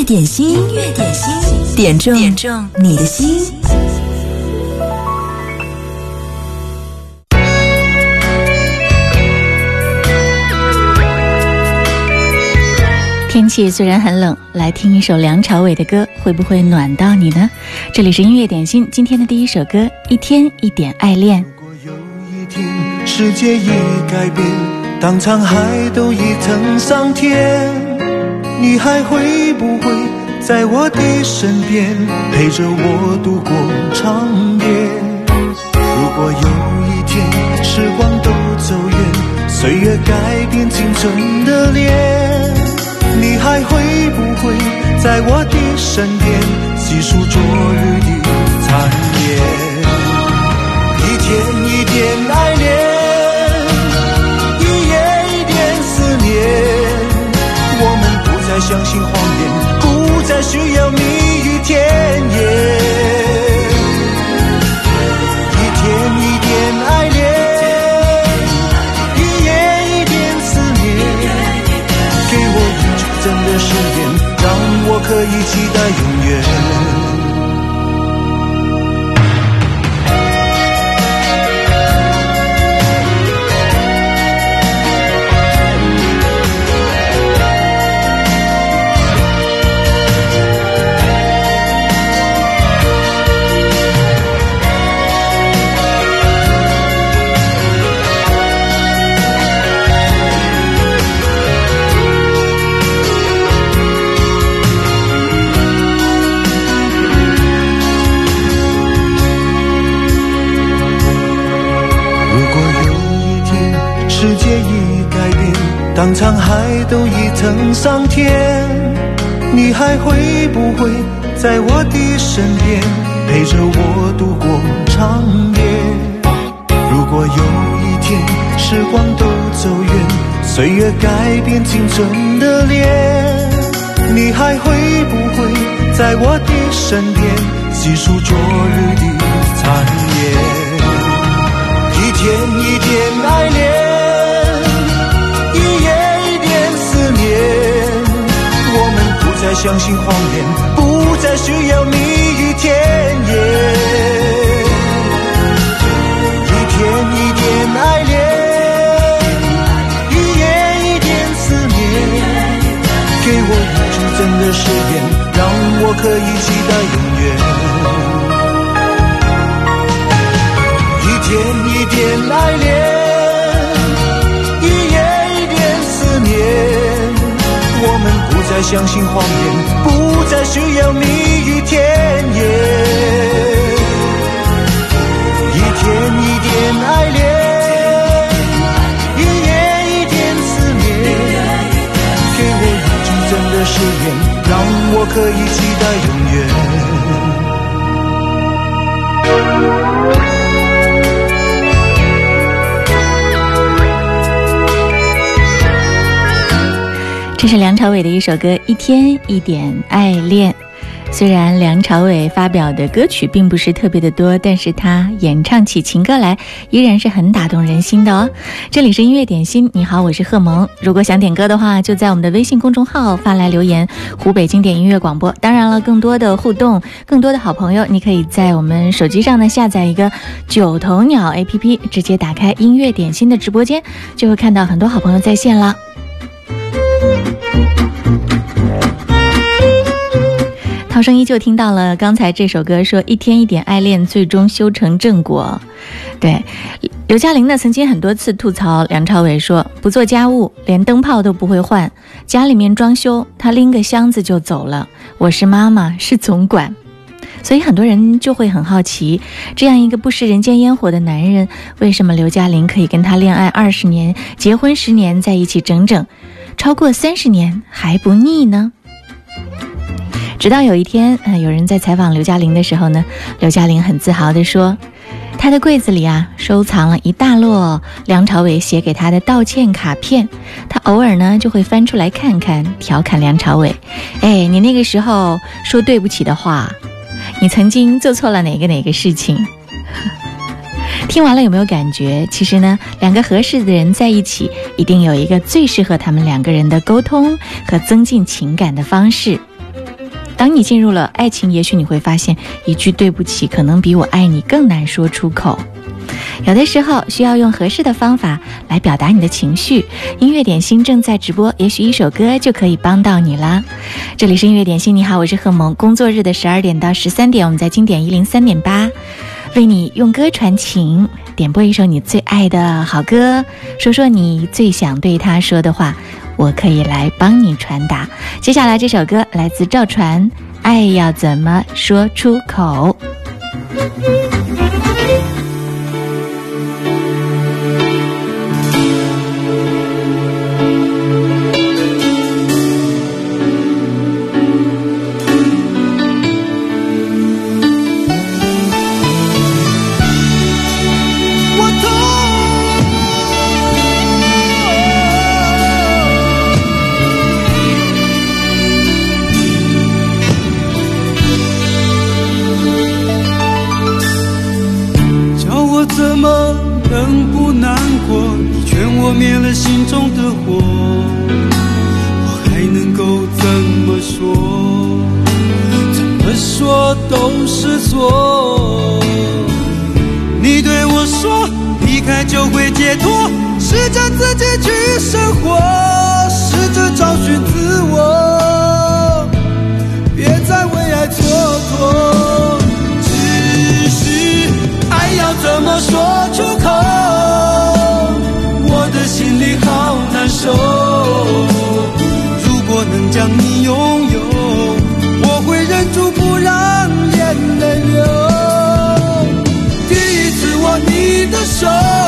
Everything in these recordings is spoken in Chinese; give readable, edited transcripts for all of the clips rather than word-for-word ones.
乐点心，点中你的心。 天气虽然很冷，来听一首梁朝伟的歌，会不会暖到你呢？这里是音乐点心，今天的第一首歌《一天一点爱恋》。 如果有一天世界已改变，当沧海都已腾上天，你还会不会在我的身边，陪着我度过长夜？如果有一天时光都走远，岁月改变青春的脸，你还会不会在我的身边，细数昨日的残烟？一天一点爱恋，一夜一点思念，我们不再相信谎言，不再需要蜜语甜言。一天一点爱恋，一夜一点思念，给我一真的誓言，让我可以期待永远。世界已改变，当沧海都已腾上天，你还会不会在我的身边，陪着我度过长夜？如果有一天时光都走远，岁月改变青春的脸，你还会不会在我的身边，细数昨日的残烟？一天一点爱恋，不再相信谎言，不再需要蜜语甜言。一天一点爱恋，一夜一点思念，给我一句真的誓言，让我可以期待永远。一天一点爱恋，不再相信谎言，不再需要蜜语甜言。一天一点爱恋，一夜一点思念，给我一句真的誓言，让我可以期待永远。 这是梁朝伟的一首歌《一天一点爱恋》。虽然梁朝伟发表的歌曲并不是特别的多，但是他演唱起情歌来依然是很打动人心的哦。这里是音乐点心，你好，我是贺萌。如果想点歌的话，就在我们的微信公众号发来留言，湖北经典音乐广播。当然了，更多的互动，更多的好朋友，你可以在我们手机上呢下载一个九头鸟 APP， 直接打开音乐点心的直播间，就会看到很多好朋友在线了。涛声依旧听到了刚才这首歌，说一天一点爱恋，最终修成正果。对，刘嘉玲呢曾经很多次吐槽梁朝伟说，不做家务，连灯泡都不会换，家里面装修他拎个箱子就走了，我是妈妈，是总管。所以很多人就会很好奇，这样一个不食人间烟火的男人，为什么刘嘉玲可以跟他恋爱20年，结婚10年，在一起整整超过30年还不腻呢？直到有一天，有人在采访刘嘉玲的时候呢，刘嘉玲很自豪地说，她的柜子里收藏了一大摞梁朝伟写给她的道歉卡片，她偶尔呢就会翻出来看看，调侃梁朝伟，你那个时候说对不起的话，你曾经做错了哪个事情。听完了有没有感觉，其实呢，两个合适的人在一起，一定有一个最适合他们两个人的沟通和增进情感的方式。 当你进入了爱情，也许你会发现一句对不起可能比我爱你更难说出口。有的时候需要用合适的方法来表达你的情绪。音乐点心正在直播，也许一首歌就可以帮到你啦。这里是音乐点心，你好，我是贺萌。工作日的12点到13点，我们在经典103.8为你用歌传情，点播一首你最爱的好歌，说说你最想对他说的话，我可以来帮你传达。接下来这首歌来自赵传，爱要怎么说出口。 怎么能不难过？你劝我灭了心中的火，我还能够怎么说？怎么说都是错。你对我说离开就会解脱，试着自己去生活，试着找寻自我，别再为爱蹉跎。爱要怎么说出口？我的心里好难受。如果能将你拥有，我会忍住不让眼泪流。第一次握你的手，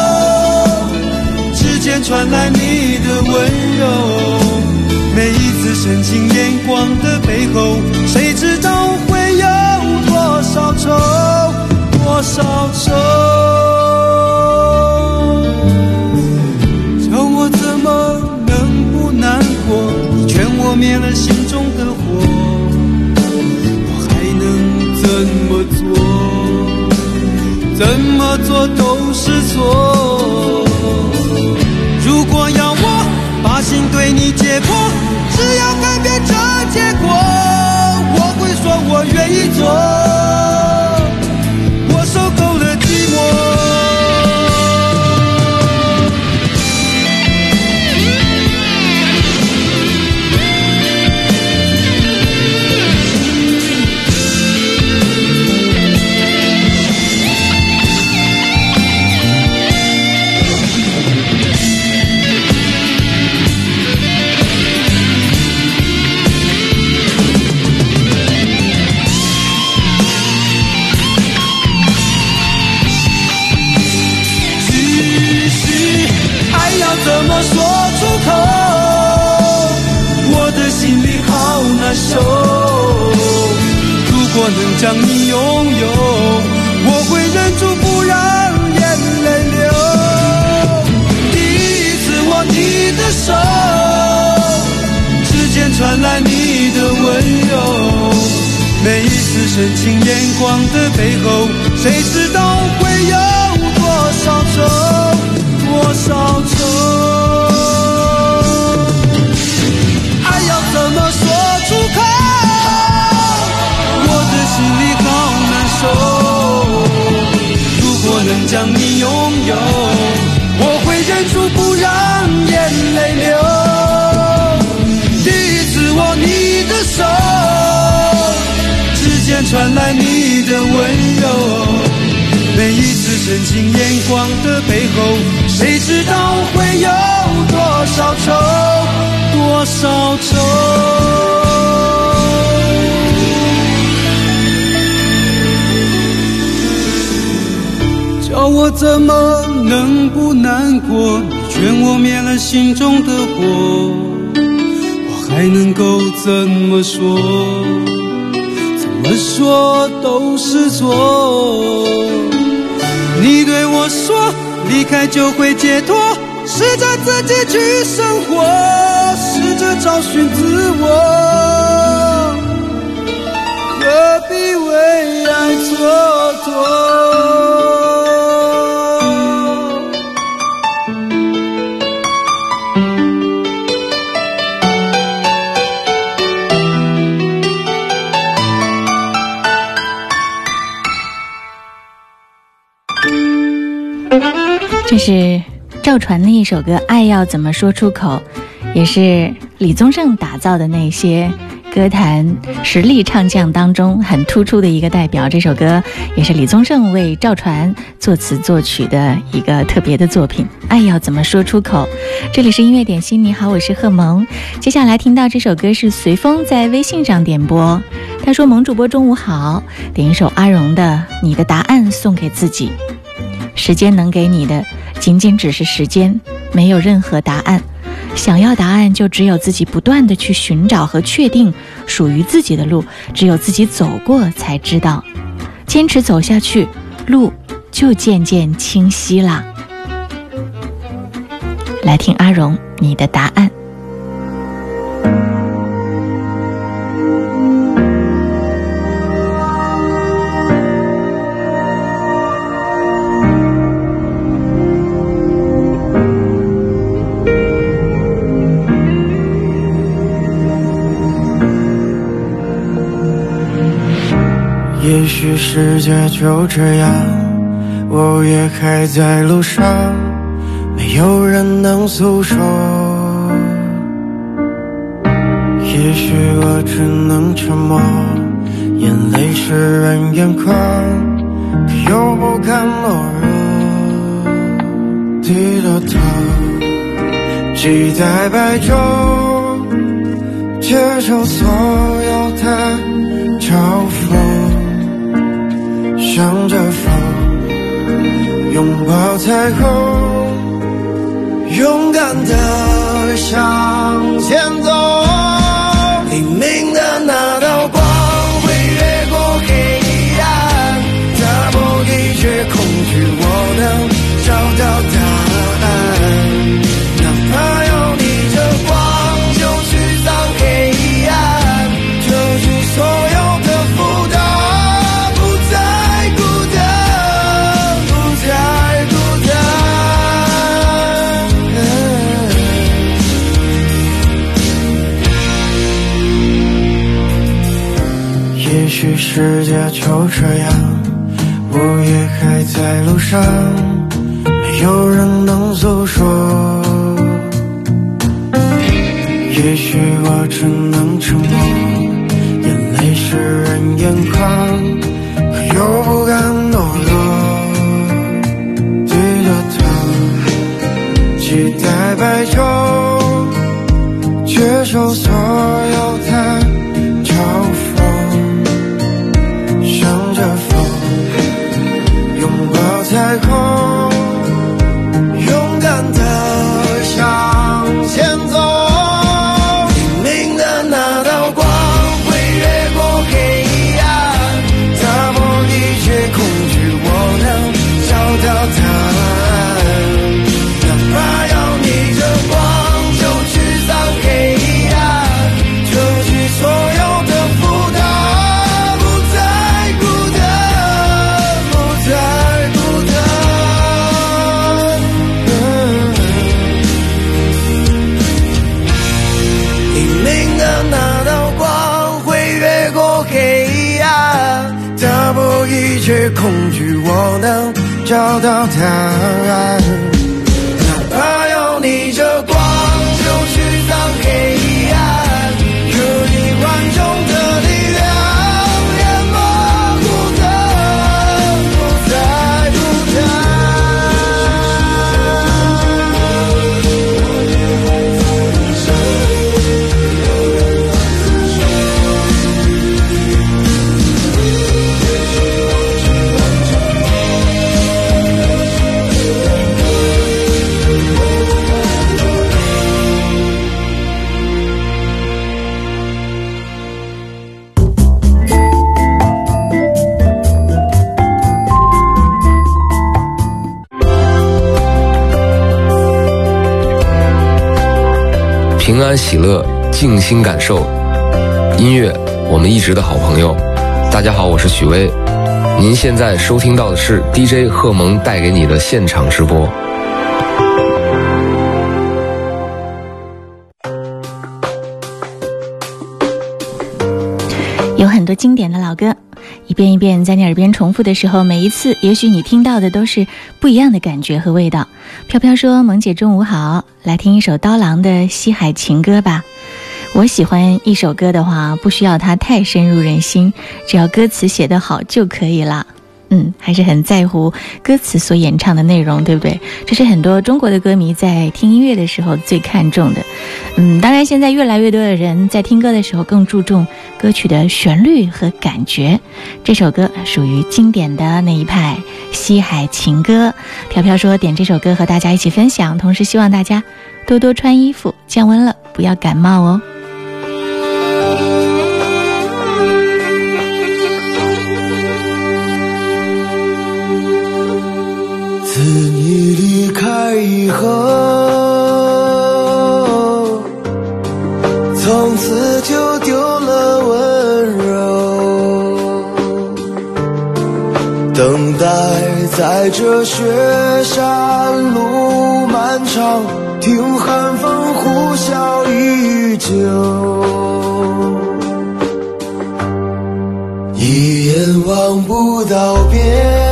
指尖传来你的温柔。每一次深情眼光的背后，谁知道会有多少愁？多少愁，叫我怎么能不难过？你劝我灭了心中的火，我还能怎么做？怎么做都是错。如果要我把心对你解剖，只要改变这结果，我会说我愿意做。受够了寂寞，怎么说出口？我的心里好难受。如果能将你拥有，我会忍住不让眼泪流。第一次握你的手，指尖传来你的温柔。每一次深情眼光的背后，谁知道会有多少愁？多少愁？爱要怎么说出口？我的心里好难受。如果能将你拥有，我会忍住不让眼泪流。第一次握你的手，指尖传来你的温柔。每一次深情眼光的背后，谁知道会有多少愁？多少愁？叫我怎么能不难过？你劝我灭了心中的火，我还能够怎么说？怎么说都是错。你对我说离开就会解脱，试着自己去生活，试着找寻自我，何必为爱蹉跎？ 这是赵传的一首歌《爱要怎么说出口》，也是李宗盛打造的那些歌坛实力唱将当中很突出的一个代表。这首歌也是李宗盛为赵传作词作曲的一个特别的作品，爱要怎么说出口。这里是音乐点心，你好，我是贺萌。接下来听到这首歌是随风在微信上点播，他说：萌主播中午好，点一首阿荣的《你的答案送给自己》。时间能给你的仅仅只是时间，没有任何答案。想要答案，就只有自己不断地去寻找和确定属于自己的路，只有自己走过才知道。坚持走下去，路就渐渐清晰啦。来听阿荣，你的答案。 也许世界就这样，我也还在路上，没有人能诉说。也许我只能沉默，眼泪湿润眼眶，可又不敢懦弱。低着头，期待白昼，接受所有的嘲讽。向着风，拥抱彩虹，勇敢地向前走。黎明的那道光会越过黑暗，打破一切恐惧，我能找到答案。哪怕要逆着光就驱散黑暗，就去所有的负担。也许世界就这样，我也还在路上，没有人能诉说。也许我只能沉默，眼泪湿润眼眶，可又不敢懦弱。低着头，期待白昼，接受所有的嘲讽。向着风，拥抱彩虹，勇敢地向前走。黎明的那道光会越过黑暗，打破一切恐惧，我能找到答案。哪怕要逆着光就驱散黑暗，就去所有的负担。一切恐惧，我能找到答案。哪怕要逆着光就驱散黑暗，有一万种的力量，淹没孤单，不再孤单。 平安喜乐，静心感受音乐，我们一直的好朋友。大家好，我是许巍，您现在收听到的是 DJ 贺萌带给你的现场直播。 有很多经典的老歌，一遍一遍在你耳边重复的时候，每一次也许你听到的都是不一样的感觉和味道。飘飘说：萌姐中午好，来听一首刀郎的《西海情歌》吧。我喜欢一首歌的话，不需要它太深入人心，只要歌词写得好就可以了。还是很在乎歌词所演唱的内容，对不对？这是很多中国的歌迷在听音乐的时候最看重的。当然现在越来越多的人在听歌的时候更注重歌曲的旋律和感觉。这首歌属于经典的那一派，《西海情歌》。飘飘说点这首歌和大家一起分享，同时希望大家多多穿衣服，降温了不要感冒哦。 自你离开以后，从此就丢了温柔，等待在这雪山路漫长，听寒风呼啸依旧，一眼望不到边，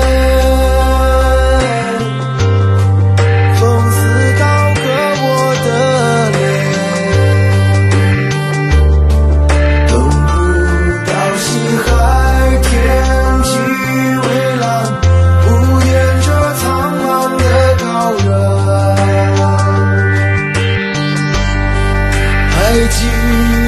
还记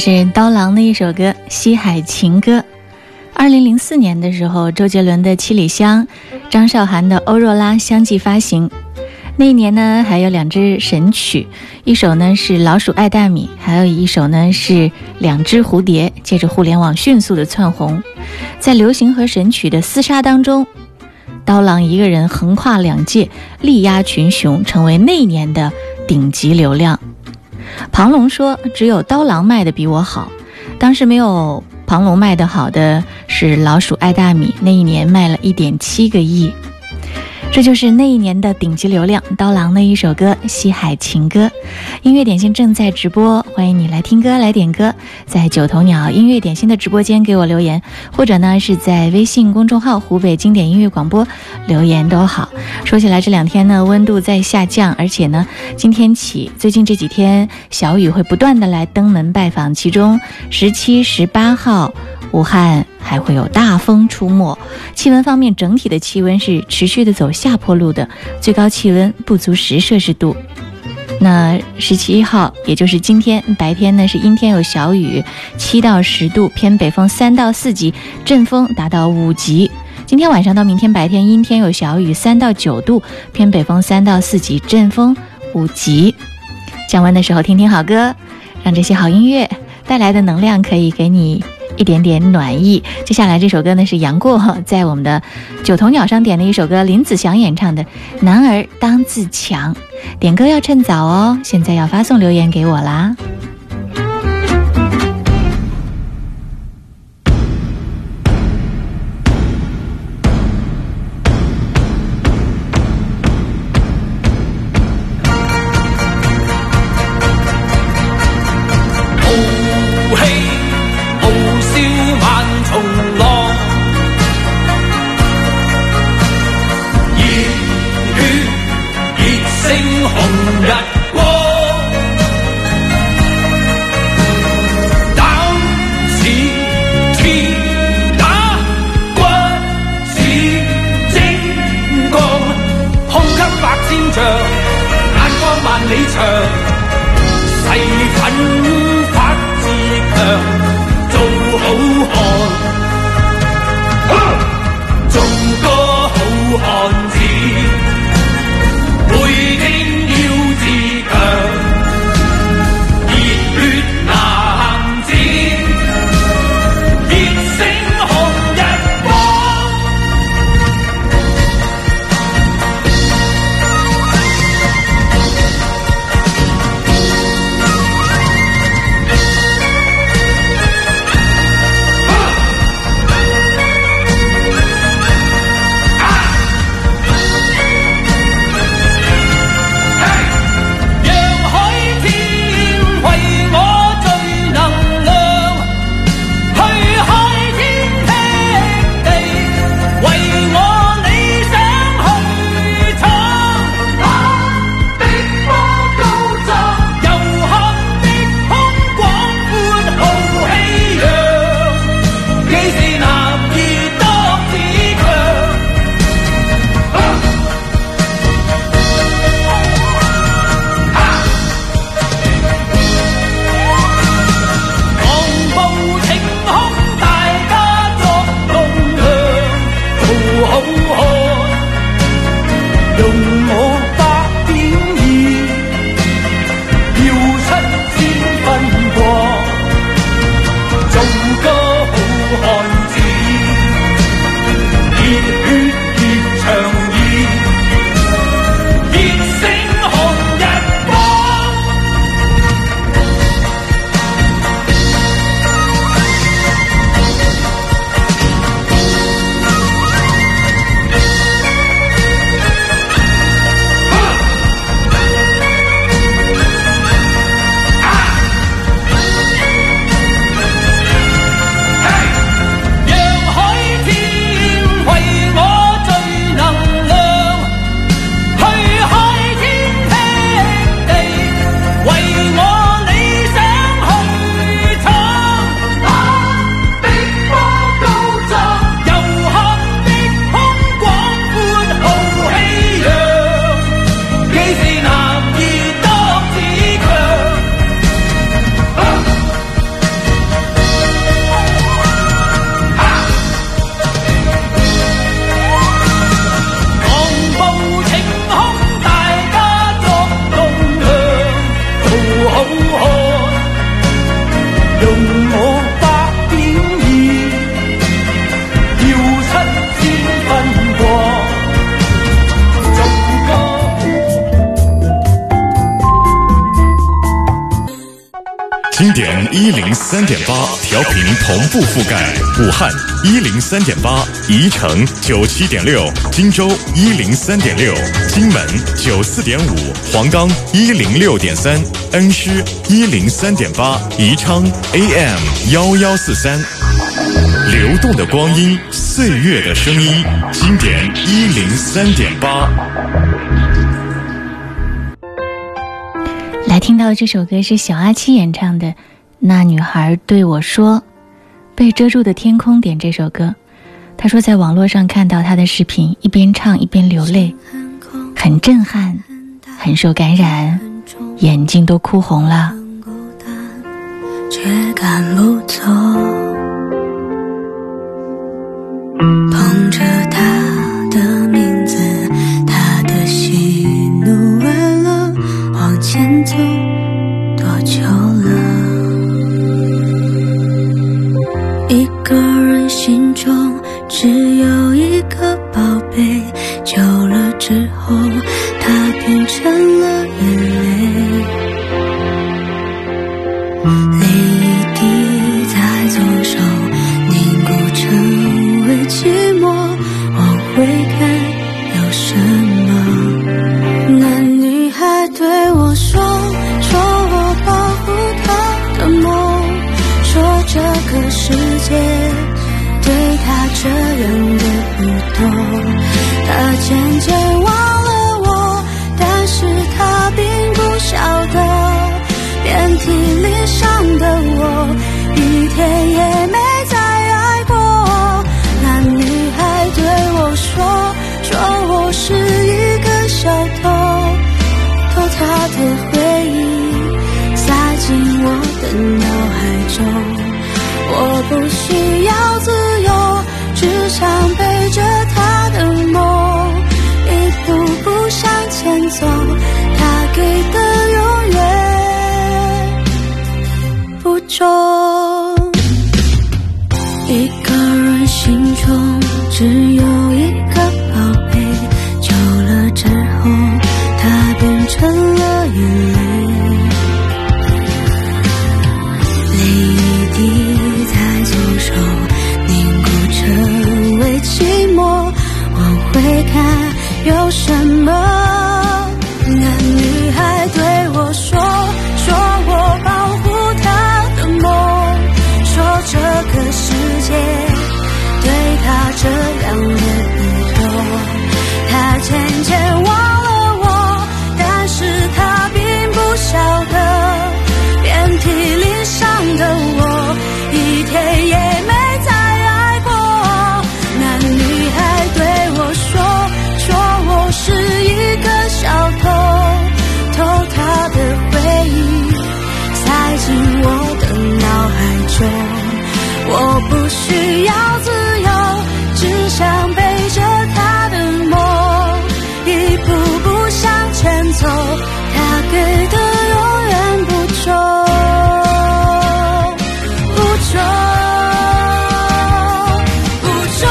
是刀郎的一首歌《西海情歌》。2004年的时候，周杰伦的《七里香》，张韶涵的《欧若拉》相继发行。那一年呢，还有2支神曲，一首呢是《老鼠爱大米》，还有一首呢是《两只蝴蝶》，借着互联网迅速的窜红。在流行和神曲的厮杀当中，刀郎一个人横跨2界，力压群雄，成为那一年的顶级流量。庞龙说，只有刀郎卖的比我好，当时没有庞龙卖的好的是《老鼠爱大米》，那一年卖了1.7个亿。这就是那一年的顶级流量，刀郎的一首歌《西海情歌》。音乐点心正在直播，欢迎你来听歌来点歌，在九头鸟音乐点心的直播间给我留言，或者呢是在微信公众号湖北经典音乐广播留言都好。说起来这2天呢温度在下降，而且呢今天起最近这几天小雨会不断的来登门拜访，其中17、18号武汉还会有大风出没。气温方面，整体的气温是持续的走下坡路的，最高气温不足10摄氏度。那17号也就是今天白天呢是阴天有小雨，7到10度，偏北风3到4级，阵风达到5级。今天晚上到明天白天阴天有小雨，3到9度，偏北风3到4级，阵风5级。降温的时候听听好歌，让这些好音乐带来的能量可以给你一点点暖意。接下来这首歌呢是杨过在我们的九头鸟上点的一首歌，林子祥演唱的《男儿当自强》。点歌要趁早哦，现在要发送留言给我啦。 紅日光， 103.8调频同步覆盖武汉103.8，宜城97.6，荆州103.6，荆门94.5，黄冈106.3，恩施103.8，宜昌 AM 1143。流动的光阴，岁月的声音，经典103.8。 来听到的这首歌是小阿七演唱的《那女孩对我说》，被遮住的天空点这首歌。他说在网络上看到他的视频，一边唱一边流泪，很震撼，很受感染，眼睛都哭红了。 却赶不走，捧着他的名字，他的喜怒哀乐，往前走多久了？一个人心中只有一个宝贝，久了之后它变成了眼泪，泪一滴在左手凝固成为寂寞，往回看有什么？那女孩对我说，说我保护她的梦，说这个世界对她这样的不多，她渐渐忘了我，但是她并不晓得，遍体鳞伤的我，一天也没再爱过。那女孩对我说，说我是一个小偷，偷她的回忆塞进我的脑海中。我不需要自由，只想背着她的梦，一步步向前走，她给的永远不重。一个人心中只有一个宝贝，久了之后它变成了眼泪，泪一滴在左手凝固成为寂寞，往回看有什么？那女孩对我说，说我保护她的梦，说这个世界对她这样的不多，她渐渐忘了我，但是她并不晓得，遍体鳞伤的我，一天也没再爱过。那女孩对我说，说我是一个小偷，偷她的回忆塞进我的脑海中。我不需要自由，只想背着她的梦，一步步向前走，她给的永远不重，不重，不重。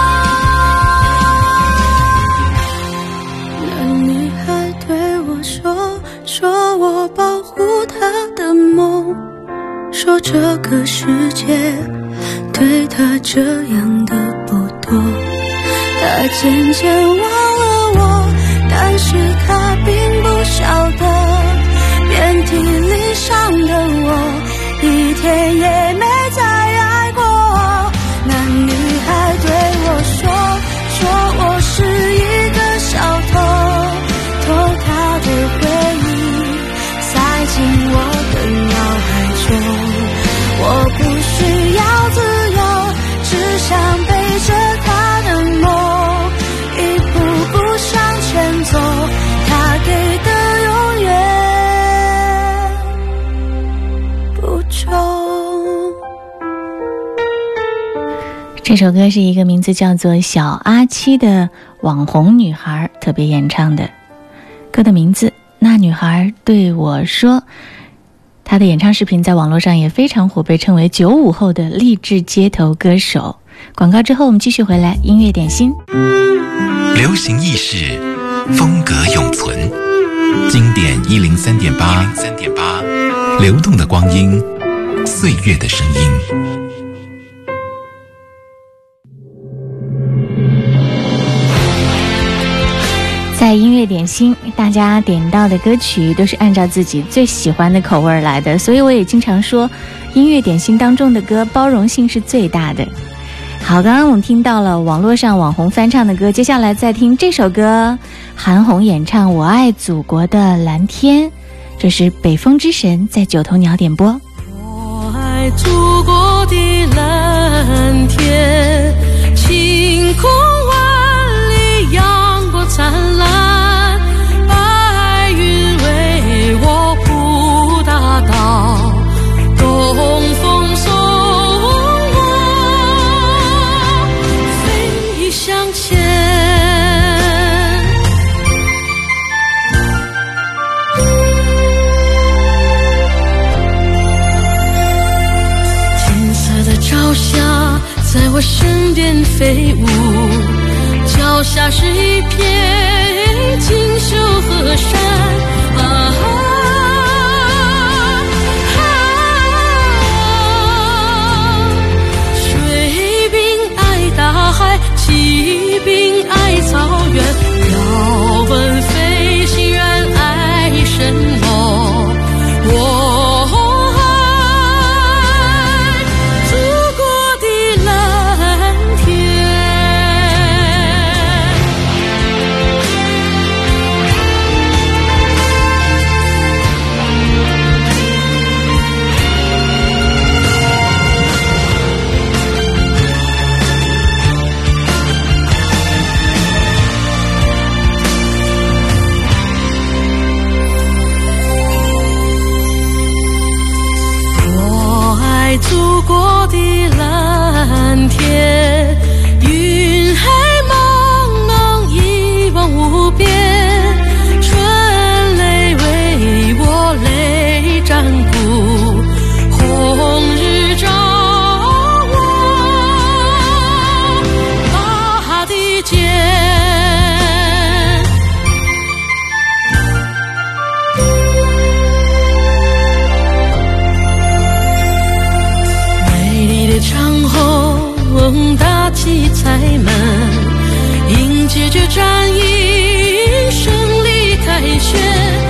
那女孩对我说，说我保护她的梦，说这个世界对她这样的不多，她渐渐忘了我，但是她并不晓得，遍体鳞伤的我，一天也没再爱过。那女孩对我说，说我是一个小偷，偷她的回忆塞进我的脑海中。我不需要自由，只想背着她的梦，一步步向前走，她给的永远不重。 这首歌是一个名字叫做小阿七的网红女孩特别演唱的，歌的名字《那女孩对我说》。她的演唱视频在网络上也非常火，被称为95后的励志街头歌手。广告之后我们继续回来，音乐点心。 流行意识，风格永存，经典103.8，流动的光阴， 岁月的声音。 在音乐点心，大家点到的歌曲都是按照自己最喜欢的口味来的，所以我也经常说，音乐点心当中的歌包容性是最大的。好，刚刚我们听到了网络上网红翻唱的歌，接下来再听这首歌，韩红演唱《我爱祖国的蓝天》，这是北风之神在九头鸟点播。 我爱祖国的蓝天，晴空万里，阳光灿烂，白云为我铺大道，东风送我飞向前。天色的朝霞在我身边飞舞，脚下是一片锦绣河山水兵爱大海，骑兵爱草原，要问飞行员爱什么，我爱祖国的蓝天。我爱祖国的蓝天，云海茫茫一望无边，春雷为我泪战鼓，红日照我大地间。美丽的长虹搭起彩门，迎接着战役胜利凯旋。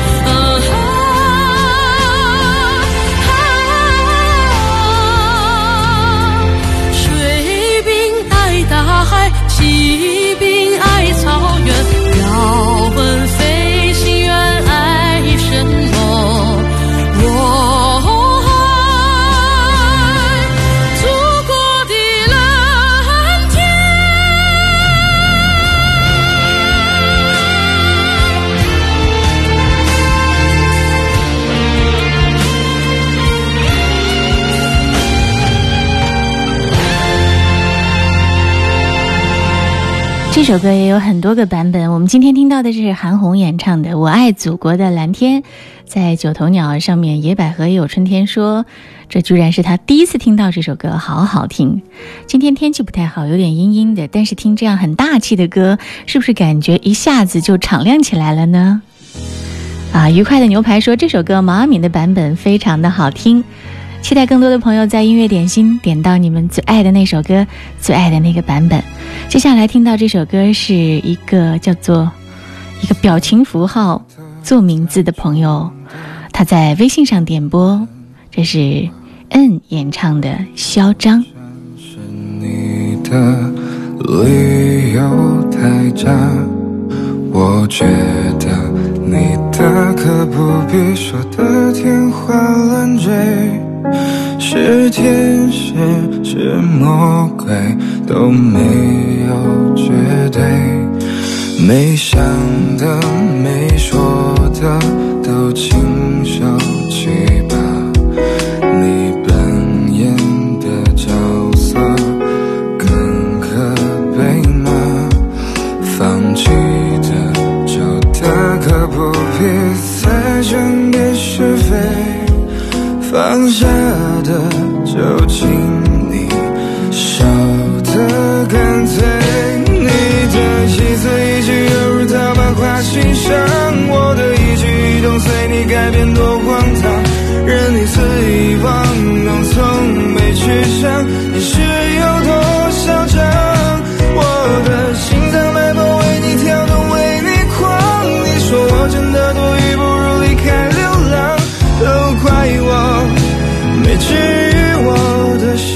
水兵爱大海，骑兵爱草原，要问飞行员爱什么，我爱祖国的蓝天。 这首歌也有很多个版本，我们今天听到的是韩红演唱的《我爱祖国的蓝天》。在九头鸟上面，野百合也有春天说，这居然是他第一次听到这首歌，好好听。今天天气不太好，有点阴阴的，但是听这样很大气的歌，是不是感觉一下子就敞亮起来了呢？愉快的牛排说，这首歌毛阿敏的版本非常的好听，期待更多的朋友在音乐点心点到你们最爱的那首歌，最爱的那个版本。接下来听到这首歌是一个叫做一个表情符号做名字的朋友，他在微信上点播，这是演唱的《嚣张》。 你的理由太假，我觉得你的可不必说的天花乱坠，是天使是魔鬼都没有绝对，没想的没说的都亲手去吧，你扮演的角色更可悲吗？放弃的就大可不必再争辩是非，放下的就请你少得干脆，你的气色已经犹如他把花欣赏，我的一举一动随你改变多荒唐，任你肆意妄动，从想你是有多嚣张。我的心脏脉搏为你跳动，为你狂。你说我真的多余，不如离开流浪。都怪我没治愈我的伤。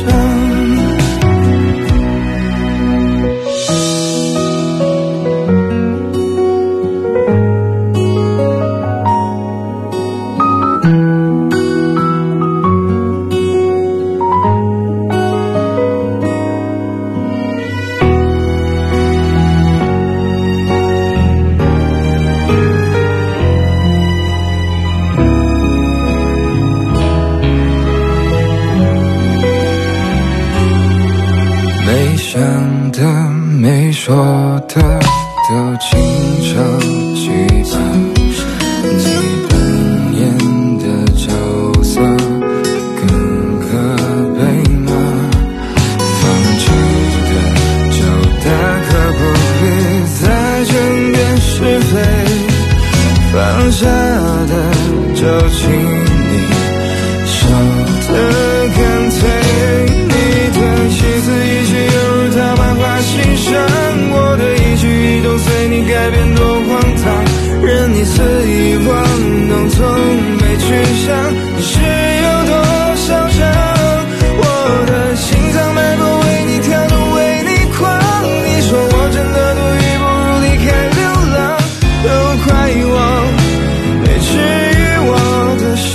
想的没说的都清澈记吧，你扮演的角色跟个背马，放弃的就大可不必再争辩是非，放下的就请你少的干脆。你的妻子一句犹如他漫画心上，我的一举一动随你改变多荒唐，任你肆意玩弄，从没去想你是有多嚣张。我的心脏脉搏为你跳动，为你狂。你说我真的多余，不如离开流浪。都怪我没治愈我的伤。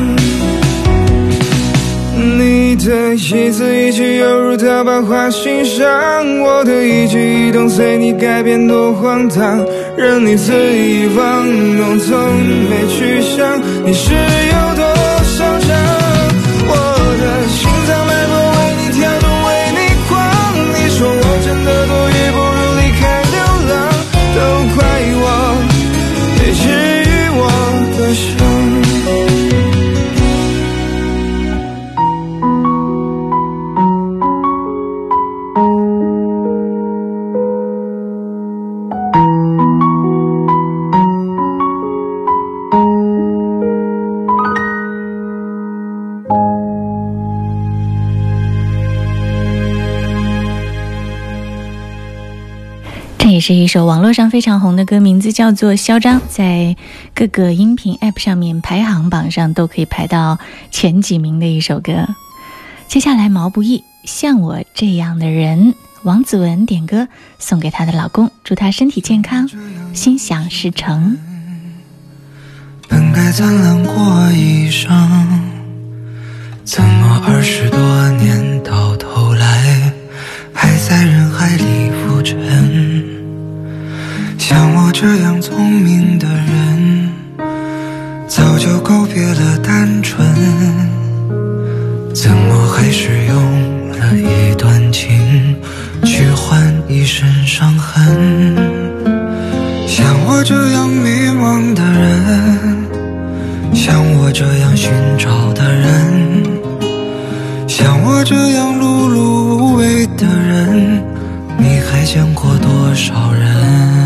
你的一字一句犹如他把话心上，我的一举一动随你改变多荒唐，任你肆意玩弄，从没去想你是有多嚣张。我的心脏脉搏为你跳动，为你狂。你说我真的多余，不如离开流浪。都怪我没治愈我的伤。 也是一首网络上非常红的歌，名字叫做《嚣张》，在各个音频 App 上面排行榜上都可以排到前几名的一首歌。接下来毛不易，像我这样的人，王子文点歌送给她的老公，祝她身体健康，心想事成。 本该灿烂过一生，怎么20多年到头来还在人海里浮沉？像我这样聪明的人，早就告别了单纯，怎么还是用了一段情去换一身伤痕？像我这样迷茫的人，像我这样寻找的人，像我这样碌碌无为的人，你还见过多少人？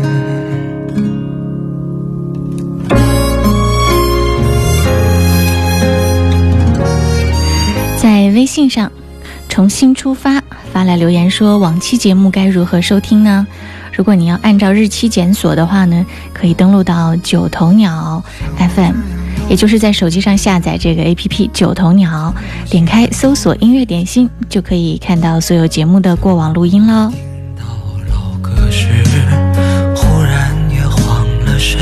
在微信上重新出发发来留言说，往期节目该如何收听呢？如果你要按照日期检索的话呢，可以登录到九头鸟 FM， 也就是在手机上下载这个 APP 九头鸟，点开搜索音乐点心，就可以看到所有节目的过往录音咯。 忽然也慌了神，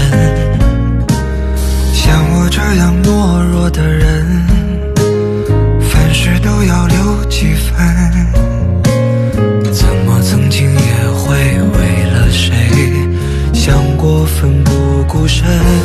像我这样懦弱的人，凡事都要留几分，怎么曾经也会为了谁想过奋不顾身？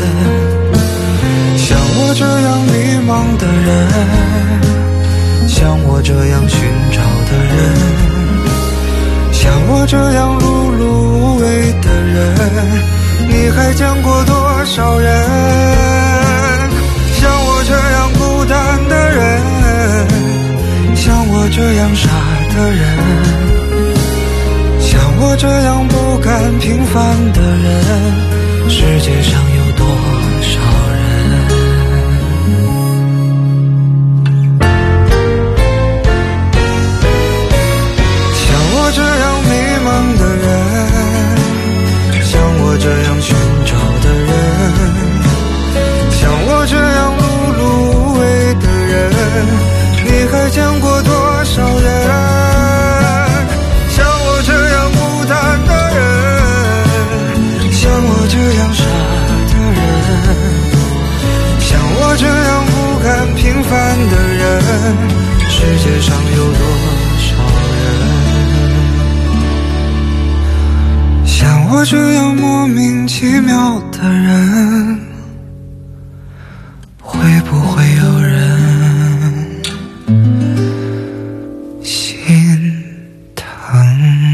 像我这样迷茫的人，像我这样寻找的人，像我这样碌碌无为的人，你还见过多少人？像我这样孤单的人，像我这样傻的人，像我这样不甘平凡的人，世界上有多少人？ 世界上有多少人像我这样莫名其妙的人，会不会有人心疼？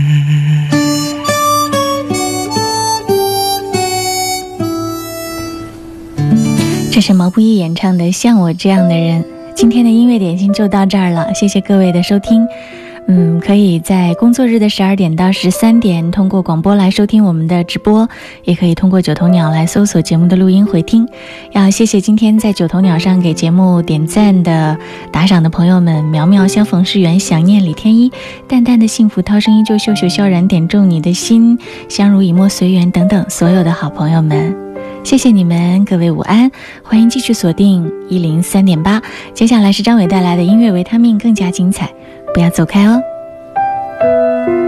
这是毛不易演唱的《像我这样的人》。今天的音乐点心就到这儿了，谢谢各位的收听。可以在工作日的12点到13点通过广播来收听我们的直播，也可以通过九头鸟来搜索节目的录音回听。要谢谢今天在九头鸟上给节目点赞的打赏的朋友们：苗苗、相逢是缘、想念、李天一、淡淡的幸福、涛声依旧、秀秀、萧然、点中你的心、相濡以沫、随缘等等所有的好朋友们，谢谢你们，各位午安，欢迎继续锁定103.8，接下来是张伟带来的音乐维他命，更加精彩，不要走开哦。